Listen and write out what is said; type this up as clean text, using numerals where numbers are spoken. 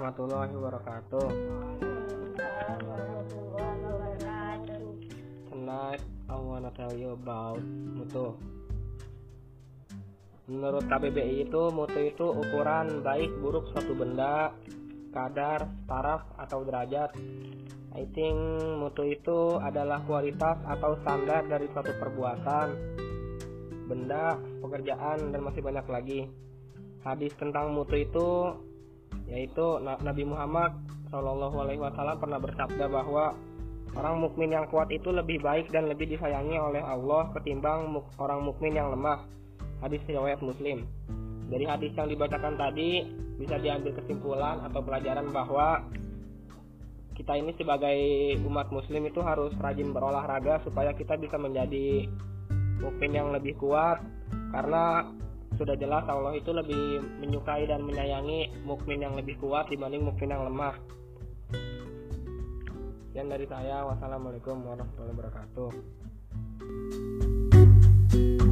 warahmatullahi wabarakatuh. Tonight I wanna tell you about mutu. Menurut KBBI mutu itu ukuran baik buruk suatu benda, kadar, taraf, atau derajat. I think mutu itu adalah kualitas atau standar dari suatu perbuatan, benda, pekerjaan, dan masih banyak lagi. Hadis tentang mutu itu yaitu Nabi Muhammad SAW pernah bersabda bahwa orang mukmin yang kuat itu lebih baik dan lebih disayangi oleh Allah ketimbang orang mukmin yang lemah. Hadis riwayat Muslim. Dari hadis yang dibacakan tadi bisa diambil kesimpulan atau pelajaran bahwa kita ini sebagai umat muslim itu harus rajin berolahraga supaya kita bisa menjadi mukmin yang lebih kuat, karena sudah jelas Allah itu lebih menyukai dan menyayangi mukmin yang lebih kuat dibanding mukmin yang lemah. Sekian dari saya. Wassalamualaikum warahmatullahi wabarakatuh.